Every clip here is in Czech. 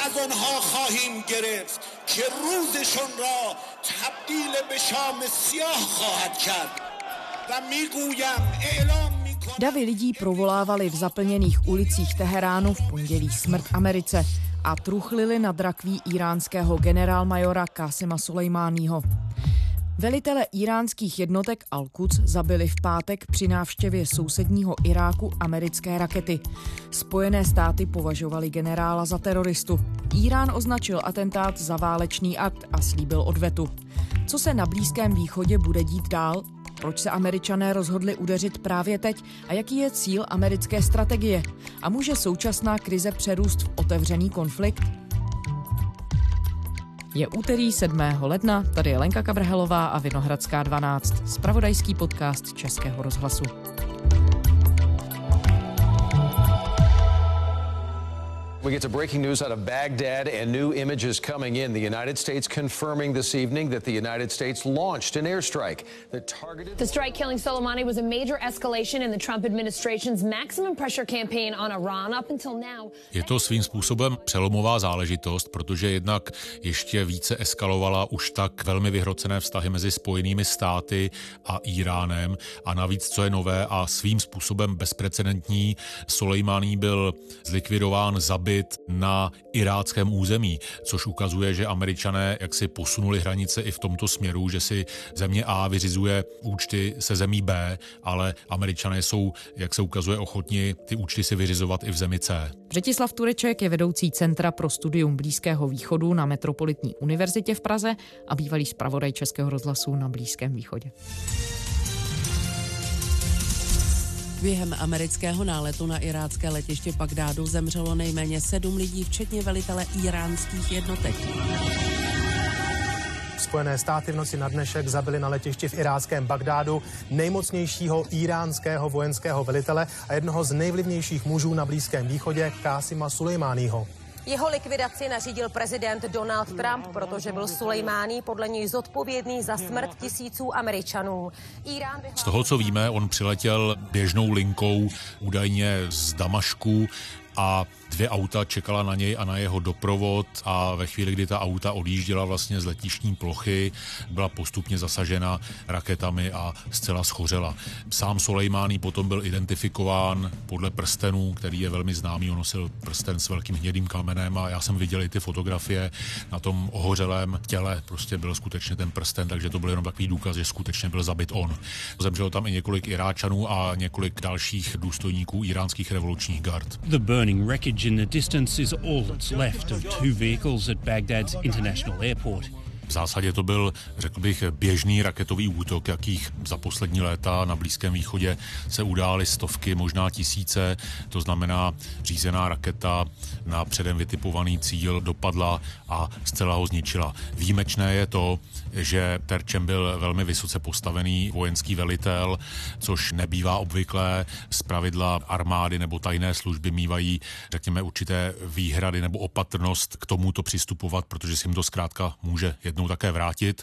از آنها خواهیم گرفت که روزشون را تبدیل به شام سیاه خواهد کرد و میگویم اعلام. Davy lidí provolávali v zaplněných ulicích Teheránu v pondělí smrt Americe a truchlili nad rakví íránského generálmajora Qásima Sulejmáního. Velitele íránských jednotek Al-Quds zabili v pátek při návštěvě sousedního Iráku americké rakety. Spojené státy považovali generála za teroristu. Írán označil atentát za válečný akt a slíbil odvetu. Co se na Blízkém východě bude dít dál? Proč se Američané rozhodli udeřit právě teď a jaký je cíl americké strategie? A může současná krize přerůst v otevřený konflikt? Je úterý 7. ledna, tady je Lenka Kabrhelová a Vinohradská 12, zpravodajský podcast Českého rozhlasu. We get to breaking news out of Baghdad and new images coming in. The United States confirming this evening that the United States launched an airstrike that targeted... The strike killing Soleimani was a major escalation in the Trump administration's maximum pressure campaign on Iran up until now. Je to svým způsobem přelomová záležitost, protože jednak ještě více eskalovala už tak velmi vyhrocené vztahy mezi Spojenými státy a Íránem a navíc, co je nové a svým způsobem bezprecedentní, Sulejmání byl zlikvidován, zabit na iráckém území, což ukazuje, že Američané jaksi posunuli hranice i v tomto směru, že si země A vyřizuje účty se zemí B, ale Američané jsou, jak se ukazuje, ochotni ty účty si vyřizovat i v zemi C. Břetislav Tureček je vedoucí Centra pro studium Blízkého východu na Metropolitní univerzitě v Praze a bývalý zpravodaj Českého rozhlasu na Blízkém východě. Během amerického náletu na irácké letiště Bagdádu zemřelo nejméně 7 lidí, včetně velitele íránských jednotek. Spojené státy v noci na dnešek zabili na letišti v iráckém Bagdádu nejmocnějšího íránského vojenského velitele a jednoho z nejvlivnějších mužů na Blízkém východě, Qásima Sulejmáního. Jeho likvidaci nařídil prezident Donald Trump, protože byl Sulejmání podle něj zodpovědný za smrt tisíců Američanů. Z toho, co víme, on přiletěl běžnou linkou údajně z Damašku a 2 auta čekala na něj a na jeho doprovod a ve chvíli, kdy ta auta odjížděla vlastně z letištní plochy, byla postupně zasažena raketami a zcela schořela. Sám Sulejmání potom byl identifikován podle prstenů, který je velmi známý, on nosil prsten s velkým hnědým kamenem a já jsem viděl i ty fotografie na tom ohořelém těle, prostě byl skutečně ten prsten, takže to byl jenom takový důkaz, že skutečně byl zabit on. Zemřelo tam i několik Iráčanů a několik dalších důstojníků iránských revolučních gard. The burning wreckage in the distance is all that's left of 2 vehicles at Baghdad's international airport. V zásadě to byl, řekl bych, běžný raketový útok, jakých za poslední léta na Blízkém východě se udály stovky, možná tisíce. To znamená, řízená raketa na předem vytipovaný cíl dopadla a zcela ho zničila. Výjimečné je to, že terčem byl velmi vysoce postavený vojenský velitel, což nebývá obvyklé. Zpravidla armády nebo tajné služby mívají, řekněme, určité výhrady nebo opatrnost k tomuto přistupovat, protože si jim to zkrátka může jednou také vrátit.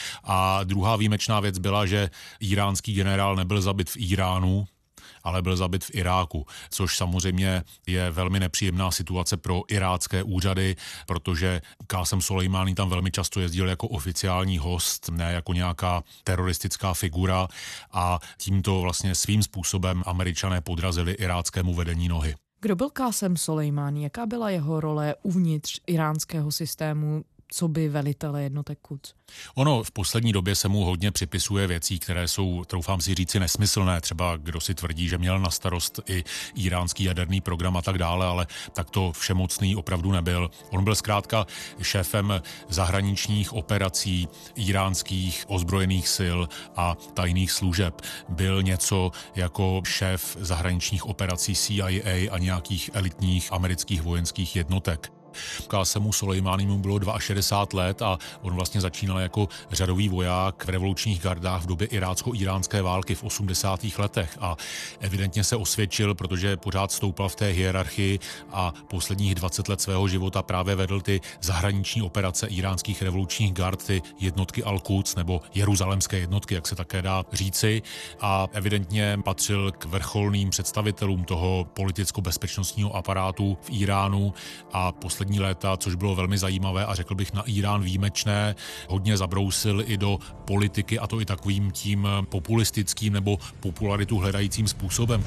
A druhá výjimečná věc byla, že íránský generál nebyl zabit v Iránu, ale byl zabit v Iráku, což samozřejmě je velmi nepříjemná situace pro irácké úřady, protože Qásem Sulejmání tam velmi často jezdil jako oficiální host, ne jako nějaká teroristická figura a tímto vlastně svým způsobem Američané podrazili iráckému vedení nohy. Kdo byl Qásem Sulejmání? Jaká byla jeho role uvnitř iránského systému, co by velitele jednotek Quds? Ono v poslední době se mu hodně připisuje věcí, které jsou, troufám si říci, nesmyslné. Třeba kdo si tvrdí, že měl na starost i iránský jaderný program a tak dále, ale tak to všemocný opravdu nebyl. On byl zkrátka šéfem zahraničních operací iránských ozbrojených sil a tajných služeb. Byl něco jako šéf zahraničních operací CIA a nějakých elitních amerických vojenských jednotek. Qásemu Sulejmánímu bylo 62 let a on vlastně začínal jako řadový voják v revolučních gardách v době irácko-iránské války v 80. letech a evidentně se osvědčil, protože pořád stoupal v té hierarchii a posledních 20 let svého života právě vedl ty zahraniční operace iránských revolučních gard, ty jednotky Al-Quds nebo jeruzalemské jednotky, jak se také dá říci, a evidentně patřil k vrcholným představitelům toho politicko-bezpečnostního aparátu v Iránu a poslední populární léta, což bylo velmi zajímavé a řekl bych na Irán výjimečné. Hodně zabrousil i do politiky, a to i takovým tím populistickým nebo popularitu hledajícím způsobem.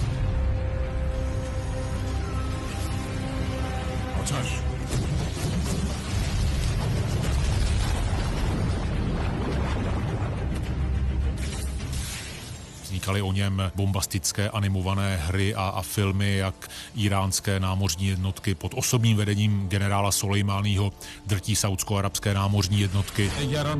Vznikaly o něm bombastické animované hry a filmy, jak iránské námořní jednotky pod osobním vedením generála Sulejmáního drtí saúdsko-arabské námořní jednotky.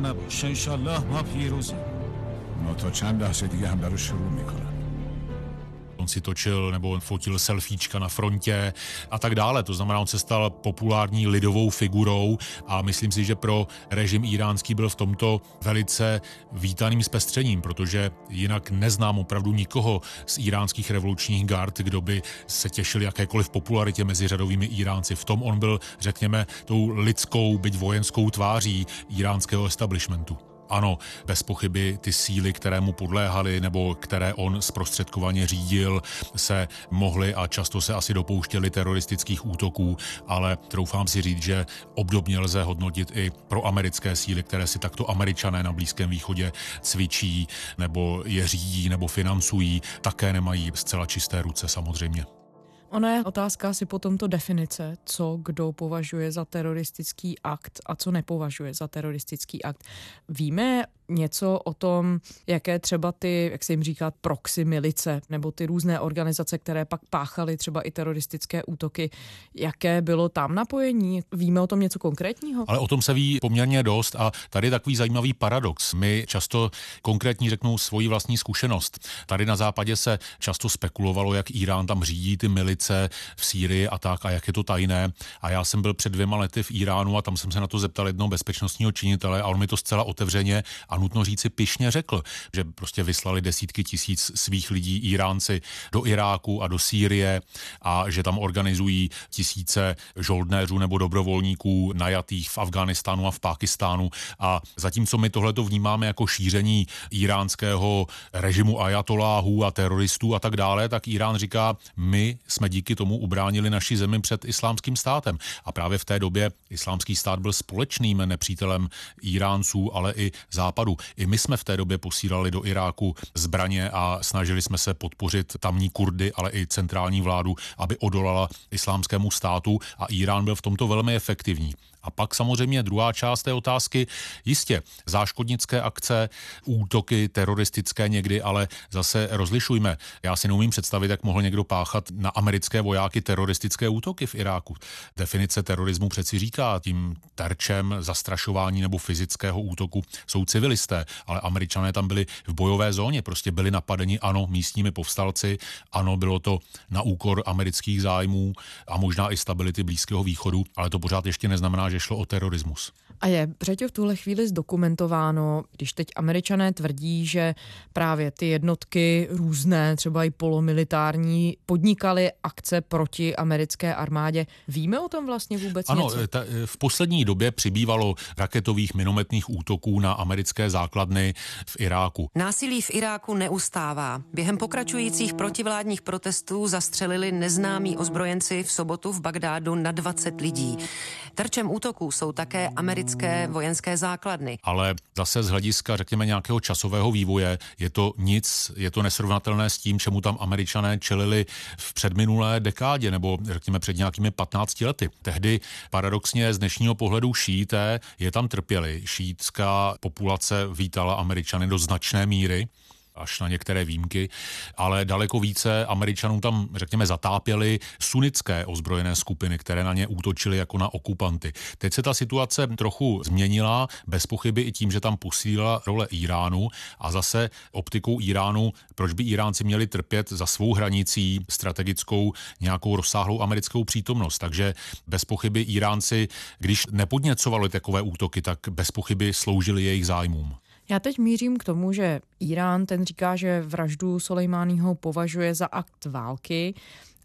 On si točil nebo fotil selfiečka na frontě a tak dále. To znamená, on se stal populární lidovou figurou a myslím si, že pro režim iránský byl v tomto velice vítaným zpestřením, protože jinak neznám opravdu nikoho z iránských revolučních gard, kdo by se těšil jakékoliv popularitě mezi řadovými Iránci. V tom on byl, řekněme, tou lidskou, byť vojenskou tváří iránského establishmentu. Ano, bez pochyby ty síly, které mu podléhaly nebo které on zprostředkovaně řídil, se mohly a často se asi dopouštěly teroristických útoků, ale troufám si říct, že obdobně lze hodnotit i pro americké síly, které si takto Američané na Blízkém východě cvičí nebo je řídí nebo financují, také nemají zcela čisté ruce samozřejmě. Ona je otázka asi potom to definice, co kdo považuje za teroristický akt a co nepovažuje za teroristický akt. Víme něco o tom, jaké třeba ty, jak se jim říká, proxy milice, nebo ty různé organizace, které pak páchaly třeba i teroristické útoky, jaké bylo tam napojení? Víme o tom něco konkrétního? Ale o tom se ví poměrně dost a tady je takový zajímavý paradox. My často konkrétně řeknou svoji vlastní zkušenost. Tady na západě se často spekulovalo, jak Irán tam řídí ty milice v Sýrii a tak a jak je to tajné. A já jsem byl před 2 lety v Iránu a tam jsem se na to zeptal jednoho bezpečnostního činitele a on mi to zcela otevřeně a nutno říci pyšně řekl, že prostě vyslali desítky tisíc svých lidí Iránci do Iráku a do Sýrie a že tam organizují tisíce žoldnéřů nebo dobrovolníků najatých v Afghánistánu a v Pákistánu. A zatímco my tohleto vnímáme jako šíření iránského režimu ajatoláhů a teroristů a tak dále, tak Irán říká, my jsme díky tomu ubránili naši zemi před islámským státem. A právě v té době islámský stát byl společným nepřítelem Iránců, ale i Západu. I my jsme v té době posílali do Iráku zbraně a snažili jsme se podpořit tamní Kurdy, ale i centrální vládu, aby odolala islámskému státu a Irán byl v tomto velmi efektivní. A pak samozřejmě druhá část té otázky, jistě záškodnické akce, útoky teroristické někdy, ale zase rozlišujme. Já si neumím představit, jak mohl někdo páchat na americké vojáky teroristické útoky v Iráku. Definice terorismu přeci říká, tím terčem zastrašování nebo fyzického útoku jsou civilisté, ale Američané tam byli v bojové zóně, prostě byli napadeni, ano, místními povstalci, ano, bylo to na úkor amerických zájmů a možná i stability Blízkého východu, ale to pořád ještě neznamená, že šlo o terorismus. A je, Břeťo, v tuhle chvíli zdokumentováno, když teď Američané tvrdí, že právě ty jednotky různé, třeba i polomilitární, podnikaly akce proti americké armádě. Víme o tom vlastně vůbec něco? Ano, v poslední době přibývalo raketových minometných útoků na americké základny v Iráku. Násilí v Iráku neustává. Během pokračujících protivládních protestů zastřelili neznámí ozbrojenci v sobotu v Bagdádu na 20 lidí. Terčem útoků jsou také americké vojenské základny. Ale zase z hlediska, řekněme, nějakého časového vývoje je to nic, je to nesrovnatelné s tím, čemu tam Američané čelili v předminulé dekádě, nebo řekněme před nějakými 15 lety. Tehdy paradoxně z dnešního pohledu šíité je tam trpěli. Šíitská populace vítala Američany do značné míry, až na některé výjimky, ale daleko více Američanů tam, řekněme, zatápěly sunnické ozbrojené skupiny, které na ně útočily jako na okupanty. Teď se ta situace trochu změnila, bez pochyby i tím, že tam posílila role Iránu a zase optikou Iránu, proč by Iránci měli trpět za svou hranicí strategickou nějakou rozsáhlou americkou přítomnost. Takže bez pochyby Iránci, když nepodněcovali takové útoky, tak bez pochyby sloužili jejich zájmům. Já teď mířím k tomu, že Irán ten říká, že vraždu Sulejmáního považuje za akt války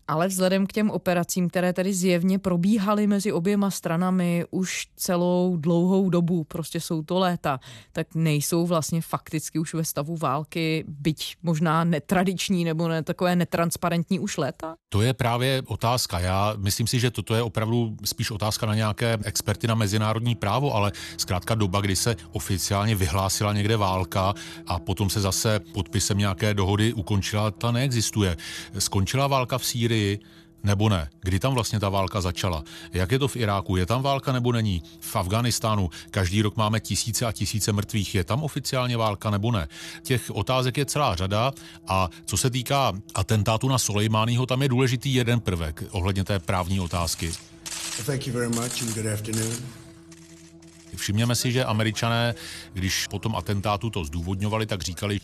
Ale vzhledem k těm operacím, které tedy zjevně probíhaly mezi oběma stranami už celou dlouhou dobu, prostě jsou to léta, tak nejsou vlastně fakticky už ve stavu války, byť možná netradiční nebo ne takové netransparentní už léta? To je právě otázka. Já myslím si, že toto je opravdu spíš otázka na nějaké experty na mezinárodní právo, ale zkrátka doba, kdy se oficiálně vyhlásila někde válka a potom se zase podpisem nějaké dohody ukončila, ta neexistuje. Skončila válka v Sýrii nebo ne? Kdy tam vlastně ta válka začala? Jak je to v Iráku? Je tam válka nebo není? V Afghánistánu každý rok máme tisíce a tisíce mrtvých. Je tam oficiálně válka nebo ne? Těch otázek je celá řada a co se týká atentátu na Sulejmáního, tam je důležitý jeden prvek ohledně té právní otázky. Thank you very much and good afternoon. Všimněme si, že Američané, když po tom atentátu to zdůvodňovali, tak říkali,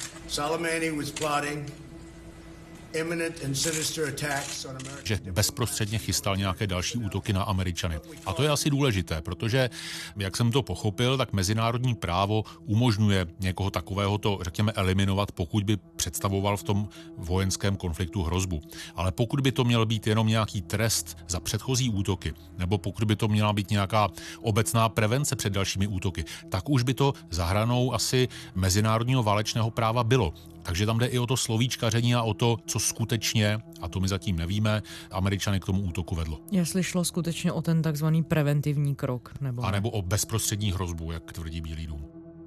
že bezprostředně chystal nějaké další útoky na Američany. A to je asi důležité, protože, jak jsem to pochopil, tak mezinárodní právo umožňuje někoho takového to, řekněme, eliminovat, pokud by představoval v tom vojenském konfliktu hrozbu. Ale pokud by to měl být jenom nějaký trest za předchozí útoky, nebo pokud by to měla být nějaká obecná prevence před dalšími útoky, tak už by to za hranou asi mezinárodního válečného práva bylo. Takže tam jde i o to slovíčkaření a o to, co skutečně, a to my zatím nevíme, Američany k tomu útoku vedlo. Jestli šlo skutečně o ten takzvaný preventivní krok, nebo... A nebo o bezprostřední hrozbu, jak tvrdí Bílý dům.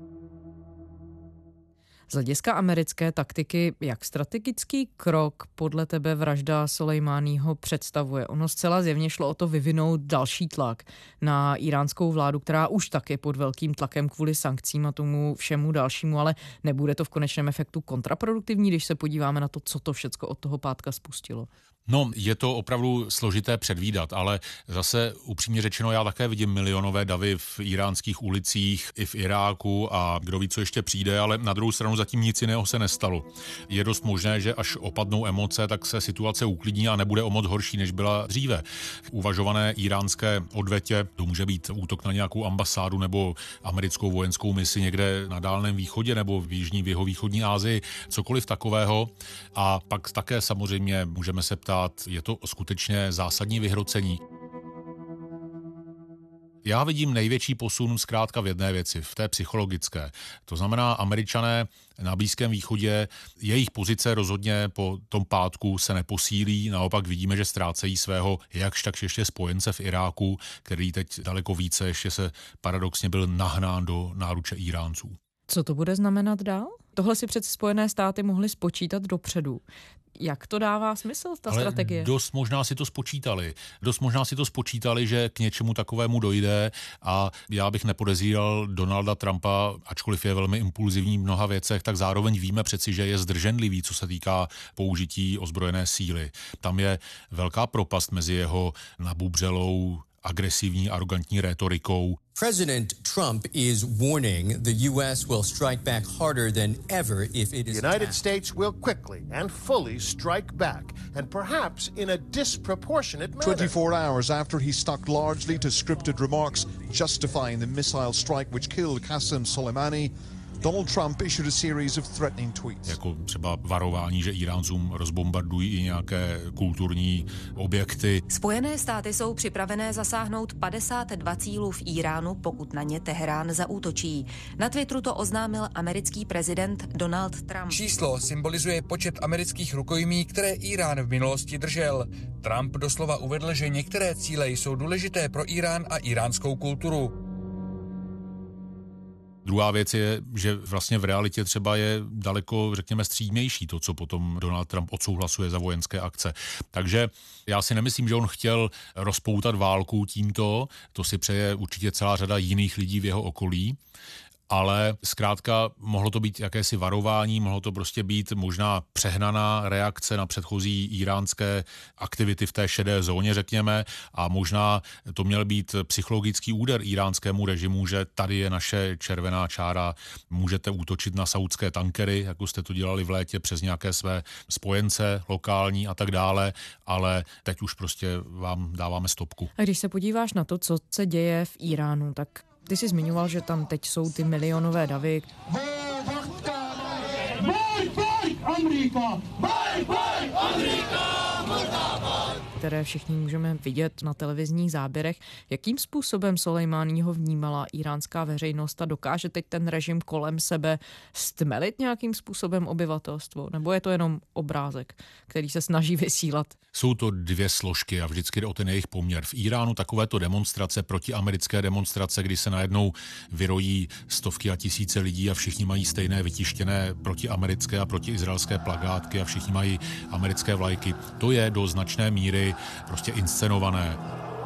Z hlediska americké taktiky, jak strategický krok podle tebe vražda Sulejmáního představuje? Ono zcela zjevně šlo o to vyvinout další tlak na iránskou vládu, která už tak je pod velkým tlakem kvůli sankcím a tomu všemu dalšímu, ale nebude to v konečném efektu kontraproduktivní, když se podíváme na to, co to všecko od toho pátka spustilo? No, je to opravdu složité předvídat, ale zase upřímně řečeno, já také vidím milionové davy v iránských ulicích i v Iráku a kdo ví, co ještě přijde, ale na druhou stranu zatím nic jiného se nestalo. Je dost možné, že až opadnou emoce, tak se situace uklidní a nebude o moc horší, než byla dříve. V uvažované iránské odvetě to může být útok na nějakou ambasádu nebo americkou vojenskou misi někde na Dálném východě nebo v v jihovýchodní Asii, cokoliv takového. A pak také samozřejmě můžeme se ptát, je to skutečně zásadní vyhrocení. Já vidím největší posun zkrátka v jedné věci, v té psychologické. To znamená, Američané na Blízkém východě, jejich pozice rozhodně po tom pátku se neposílí, naopak vidíme, že ztrácejí svého jakž tak ještě spojence v Iráku, který teď daleko více ještě se paradoxně byl nahnán do náruče Iránců. Co to bude znamenat dál? Tohle si přece Spojené státy mohly spočítat dopředu. Jak to dává smysl, ta strategie? Dost možná si to spočítali, že k něčemu takovému dojde a já bych nepodezíral Donalda Trumpa, ačkoliv je velmi impulzivní v mnoha věcech, tak zároveň víme přeci, že je zdrženlivý, co se týká použití ozbrojené síly. Tam je velká propast mezi jeho nabubřelou agresivní, arrogantní rétorikou. President Trump is warning the U.S. will strike back harder than ever if it is The United States will quickly and fully strike back, and perhaps in a disproportionate manner. 24 hours after he stuck largely to scripted remarks justifying the missile strike which killed Qasem Soleimani, Donald Trump issued a series of threatening tweets. Jako třeba varování, že Iráncům rozbombardují i nějaké kulturní objekty. Spojené státy jsou připravené zasáhnout 52 cílů v Iránu, pokud na ně Teherán zaútočí. Na Twitteru to oznámil americký prezident Donald Trump. Číslo symbolizuje počet amerických rukojmí, které Irán v minulosti držel. Trump doslova uvedl, že některé cíle jsou důležité pro Irán a iránskou kulturu. Druhá věc je, že vlastně v realitě třeba je daleko, řekněme, střídmější to, co potom Donald Trump odsouhlasuje za vojenské akce. Takže já si nemyslím, že on chtěl rozpoutat válku tímto, to si přeje určitě celá řada jiných lidí v jeho okolí, ale zkrátka mohlo to být jakési varování, mohlo to prostě být možná přehnaná reakce na předchozí iránské aktivity v té šedé zóně, řekněme, a možná to měl být psychologický úder iránskému režimu, že tady je naše červená čára, můžete útočit na saúdské tankery, jako jste to dělali v létě přes nějaké své spojence lokální a tak dále, ale teď už prostě vám dáváme stopku. A když se podíváš na to, co se děje v Iránu, tak ty jsi zmiňoval, že tam teď jsou ty milionové davy. které všichni můžeme vidět na televizních záběrech. Jakým způsobem Sulejmáního vnímala iránská veřejnost a dokáže teď ten režim kolem sebe stmelit nějakým způsobem obyvatelstvo? Nebo je to jenom obrázek, který se snaží vysílat? Jsou to dvě složky a vždycky jde o ten jejich poměr. V Iránu takovéto demonstrace, protiamerické demonstrace, kdy se najednou vyrojí stovky a tisíce lidí a všichni mají stejné vytištěné protiamerické a protiizraelské plakátky a všichni mají americké vlajky. To je do značné míry prostě inscenované.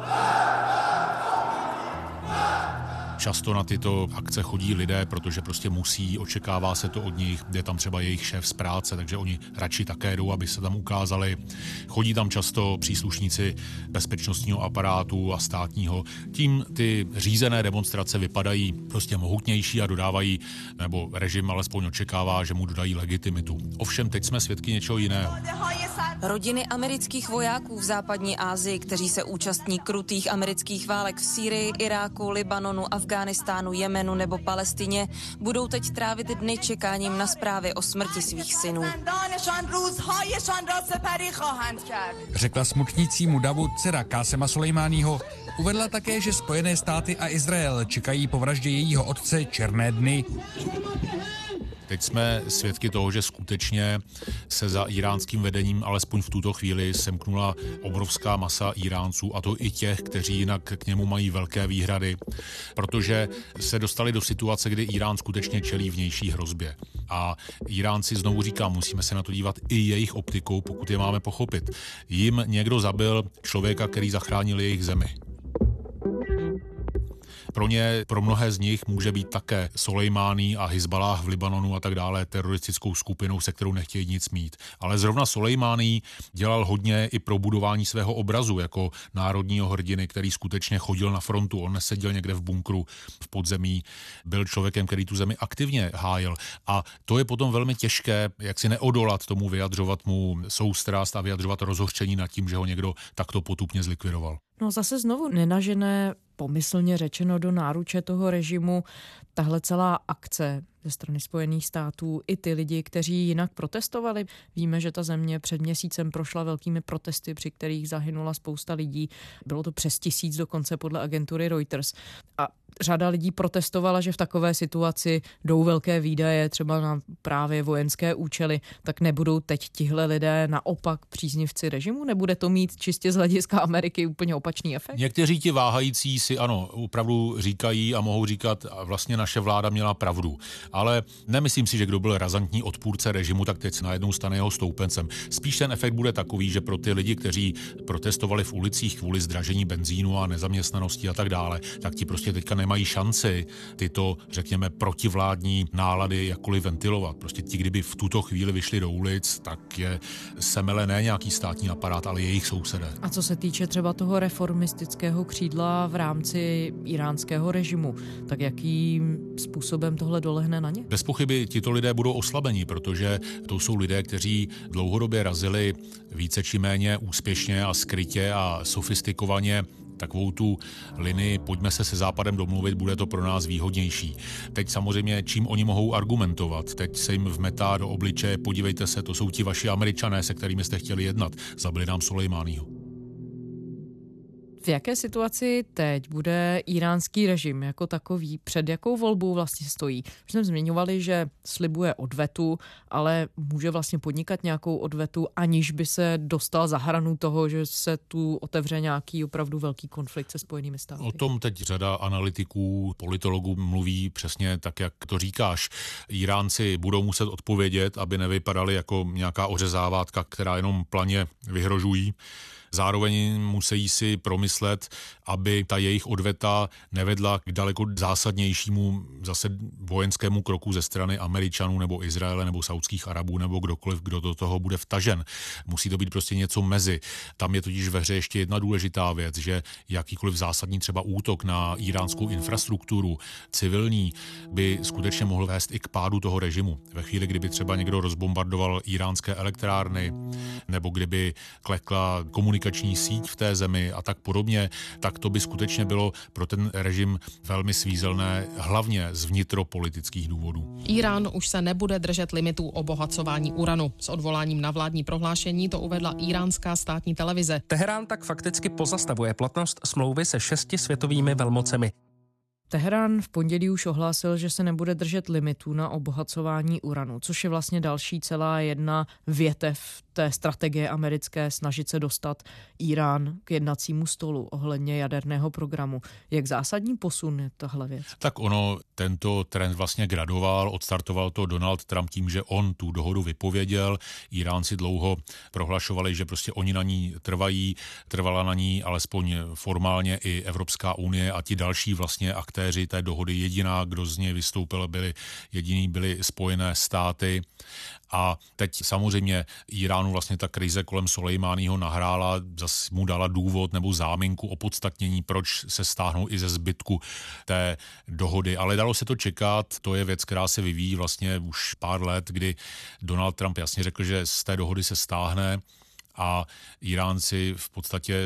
Často na tyto akce chodí lidé, protože prostě musí, očekává se to od nich, je tam třeba jejich šéf z práce, takže oni radši také jdou, aby se tam ukázali. Chodí tam často příslušníci bezpečnostního aparátu a státního. Tím ty řízené demonstrace vypadají prostě mohutnější a dodávají, nebo režim alespoň očekává, že mu dodají legitimitu. Ovšem teď jsme svědky něčeho jiného. Rodiny amerických vojáků v západní Asii, kteří se účastní krutých amerických válek v Sýrii, Iráku, Libanonu, Afghánistánu, Jemenu nebo Palestině, budou teď trávit dny čekáním na zprávy o smrti svých synů. Řekla smutnícímu davu dcera Qásema Sulejmáního. Uvedla také, že Spojené státy a Izrael čekají po vraždě jejího otce černé dny. Teď jsme svědky toho, že skutečně se za iránským vedením alespoň v tuto chvíli semknula obrovská masa Iránců, a to i těch, kteří jinak k němu mají velké výhrady, protože se dostali do situace, kdy Irán skutečně čelí vnější hrozbě. A Iránci, znovu říkám, musíme se na to dívat i jejich optikou, pokud je máme pochopit. Jim někdo zabil člověka, který zachránil jejich zemi. Pro mnohé z nich může být také Sulejmání a Hizballáh v Libanonu a tak dále teroristickou skupinou, se kterou nechtějí nic mít. Ale zrovna Sulejmání dělal hodně i pro budování svého obrazu jako národního hrdiny, který skutečně chodil na frontu. On neseděl někde v bunkru v podzemí, byl člověkem, který tu zemi aktivně hájil. A to je potom velmi těžké, jak si neodolat tomu, vyjadřovat mu soustrast a vyjadřovat rozhořčení nad tím, že ho někdo takto potupně zlikvidoval. No zase znovu nenažené, pomyslně řečeno, do náruče toho režimu tahle celá akce ze strany Spojených států i ty lidi, kteří jinak protestovali. Víme, že ta země před měsícem prošla velkými protesty, při kterých zahynula spousta lidí. Bylo to přes 1000 dokonce podle agentury Reuters. A řada lidí protestovala, že v takové situaci jdou velké výdaje třeba na právě vojenské účely, tak nebudou teď tihle lidé naopak příznivci režimu? Nebude to mít čistě z hlediska Ameriky úplně opačný efekt? Někteří ti váhající si ano, opravdu říkají a mohou říkat, vlastně naše vláda měla pravdu. Ale nemyslím si, že kdo byl razantní odpůrce režimu, tak teď se najednou stane jeho stoupencem. Spíš ten efekt bude takový, že pro ty lidi, kteří protestovali v ulicích kvůli zdražení benzínu a nezaměstnanosti a tak dále, tak ti prostě teďka nemají šanci tyto, řekněme, protivládní nálady jakkoliv ventilovat. Prostě ti, kdyby v tuto chvíli vyšli do ulic, tak je semele ne nějaký státní aparát, ale jejich sousedé. A co se týče třeba toho reformistického křídla v rámci iránského režimu, tak jakým způsobem tohle dolehne na ně? Bez pochyby tito lidé budou oslabeni, protože to jsou lidé, kteří dlouhodobě razili více či méně úspěšně a skrytě a sofistikovaně takovou tu linii, pojďme se Západem domluvit, bude to pro nás výhodnější. Teď samozřejmě, čím oni mohou argumentovat, teď se jim vmetá do obličeje, podívejte se, to jsou ti vaši Američané, se kterými jste chtěli jednat, zabili nám Sulejmáního. V jaké situaci teď bude iránský režim jako takový? Před jakou volbou vlastně stojí? Už jsme zmiňovali, že slibuje odvetu, ale může vlastně podnikat nějakou odvetu, aniž by se dostal za hranu toho, že se tu otevře nějaký opravdu velký konflikt se Spojenými státy. O tom teď řada analytiků, politologů mluví přesně tak, jak to říkáš. Iránci budou muset odpovědět, aby nevypadali jako nějaká ořezávátka, která jenom planě vyhrožují. Zároveň musí si promyslet, aby ta jejich odveta nevedla k daleko zásadnějšímu zase vojenskému kroku ze strany Američanů nebo Izraele nebo Saudských Arabů nebo kdokoliv, kdo do toho bude vtažen. Musí to být prostě něco mezi. Tam je totiž ve hře ještě jedna důležitá věc, že jakýkoliv zásadní třeba útok na iránskou infrastrukturu civilní by skutečně mohl vést i k pádu toho režimu. Ve chvíli, kdyby třeba někdo rozbombardoval iránské elektrárny nebo kdyby klekla komunikace komunikační síť v té zemi a tak podobně, tak to by skutečně bylo pro ten režim velmi svízelné, hlavně z vnitropolitických důvodů. Irán už se nebude držet limitů obohacování uranu. S odvoláním na vládní prohlášení to uvedla iránská státní televize. Teherán tak fakticky pozastavuje platnost smlouvy se 6 světovými velmocemi. Teherán v pondělí už ohlásil, že se nebude držet limitů na obohacování uranu, což je vlastně další celá jedna větev té strategie americké snažit se dostat Irán k jednacímu stolu ohledně jaderného programu. Jak zásadní posun je tahle věc? Tak ono, tento trend vlastně gradoval, odstartoval to Donald Trump tím, že on tu dohodu vypověděl. Iránci dlouho prohlašovali, že prostě oni na ní trvají, trvala na ní alespoň formálně i Evropská unie a ti další vlastně aktéři té dohody. Jediná, kdo z něj vystoupil, byly Spojené státy. A teď samozřejmě Iránu vlastně ta krize kolem Sulejmáního nahrála, zase mu dala důvod nebo záminku, opodstatnění, proč se stáhnou i ze zbytku té dohody. Ale dalo se to čekat, to je věc, která se vyvíjí vlastně už pár let, kdy Donald Trump jasně řekl, že z té dohody se stáhne a Iránci v podstatě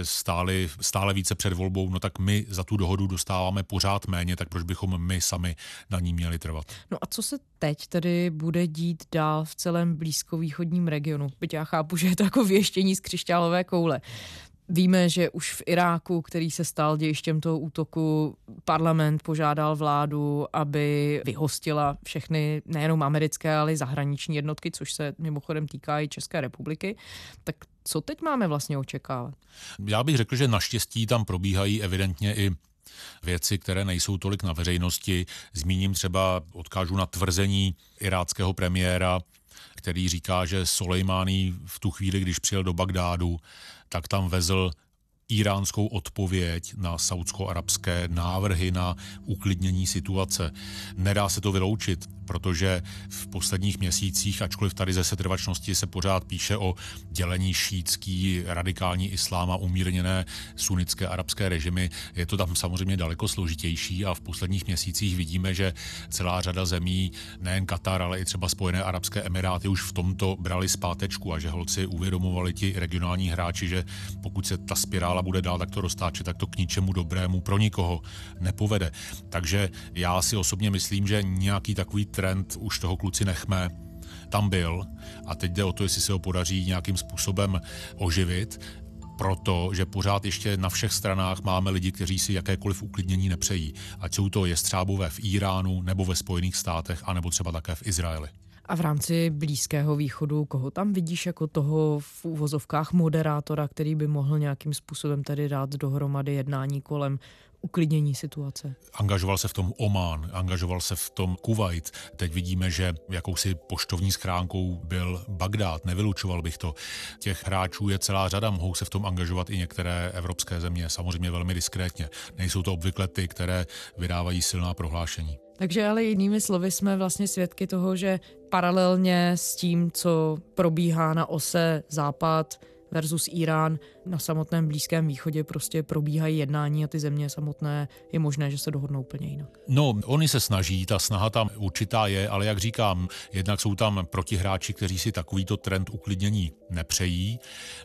stále více před volbou, no tak my za tu dohodu dostáváme pořád méně, tak proč bychom my sami na ní měli trvat. No a co se teď tedy bude dít dál v celém blízkovýchodním regionu? Byť já chápu, že je to jako věštění z křišťálové koule. Víme, že už v Iráku, který se stal dějištěm toho útoku, parlament požádal vládu, aby vyhostila všechny nejenom americké, ale i zahraniční jednotky, což se mimochodem týká i České republiky. Tak co teď máme vlastně očekávat? Já bych řekl, že naštěstí tam probíhají evidentně i věci, které nejsou tolik na veřejnosti. Zmíním třeba, odkážu na tvrzení iráckého premiéra, který říká, že Sulejmání v tu chvíli, když přijel do Bagdádu, tak tam vezl iránskou odpověď na saúdsko-arabské návrhy na uklidnění situace. Nedá se to vyloučit, protože v posledních měsících, ačkoliv tady ze setrvačnosti se pořád píše o dělení šítský, radikální islám a umírněné sunnické arabské režimy, je to tam samozřejmě daleko složitější a v posledních měsících vidíme, že celá řada zemí, nejen Katar, ale i třeba Spojené arabské emiráty už v tomto brali zpátečku a že holci uvědomovali ti regionální hráči, že pokud se ta spirála bude dál takto roztáčet, tak to k ničemu dobrému pro nikoho nepovede. Takže já si osobně myslím, že nějaký takový trend už toho kluci nechme tam byl a teď jde o to, jestli se ho podaří nějakým způsobem oživit, protože pořád ještě na všech stranách máme lidi, kteří si jakékoliv uklidnění nepřejí. Ať jsou to jestřábové v Iránu nebo ve Spojených státech, anebo třeba také v Izraeli. A v rámci Blízkého východu, koho tam vidíš jako toho v úvozovkách moderátora, který by mohl nějakým způsobem tedy dát dohromady jednání kolem uklidnění situace? Angažoval se v tom Omán, angažoval se v tom Kuvajt. Teď vidíme, že jakousi poštovní schránkou byl Bagdád. Nevylučoval bych to. Těch hráčů je celá řada, mohou se v tom angažovat i některé evropské země, samozřejmě velmi diskrétně. Nejsou to obvykle ty, které vydávají silná prohlášení. Takže ale jinými slovy jsme vlastně svědky toho, že paralelně s tím, co probíhá na ose Západ versus Irán, na samotném Blízkém východě prostě probíhají jednání a ty země samotné je možné, že se dohodnou úplně jinak. No, oni se snaží, ta snaha tam určitá je, ale jak říkám, jednak jsou tam protihráči, kteří si takovýto trend uklidnění nepřejí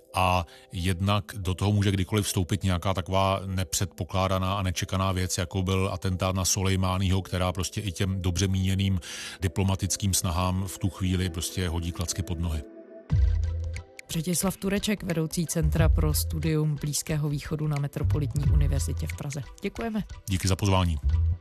a jednak do toho může kdykoliv vstoupit nějaká taková nepředpokládaná a nečekaná věc, jako byl atentát na Sulejmáního, která prostě i těm dobře míněným diplomatickým snahám v tu chvíli prostě hodí klacky pod nohy. Břetislav Tureček, vedoucí Centra pro studium Blízkého východu na Metropolitní univerzitě v Praze. Děkujeme. Díky za pozvání.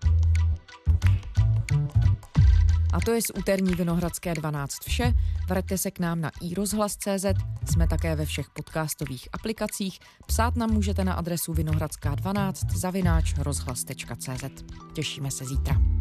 A to je z úterní Vinohradské 12 vše. Vraťte se k nám na iRozhlas.cz, jsme také ve všech podcastových aplikacích. Psát nám můžete na adresu vinohradská12 @rozhlas.cz. Těšíme se zítra.